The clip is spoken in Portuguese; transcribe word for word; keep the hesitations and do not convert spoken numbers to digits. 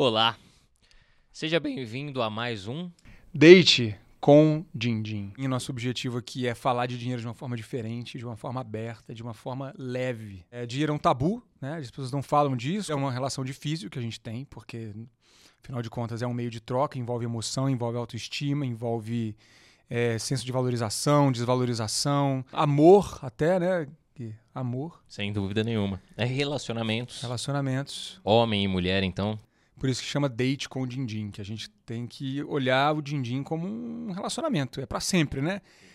Olá, seja bem-vindo a mais um Date com Din-Din. E nosso objetivo aqui é falar de dinheiro de uma forma diferente, de uma forma aberta, de uma forma leve. É, dinheiro é um tabu, né? As pessoas não falam disso. É uma relação difícil que a gente tem, porque, afinal de contas, é um meio de troca, envolve emoção, envolve autoestima, envolve é, senso de valorização, desvalorização, amor até, né? Amor. Sem dúvida nenhuma. É relacionamentos. Relacionamentos. Homem e mulher, então. Por isso que chama date com o Din-Din, que a gente tem que olhar o Din-Din como um relacionamento. É pra sempre, né?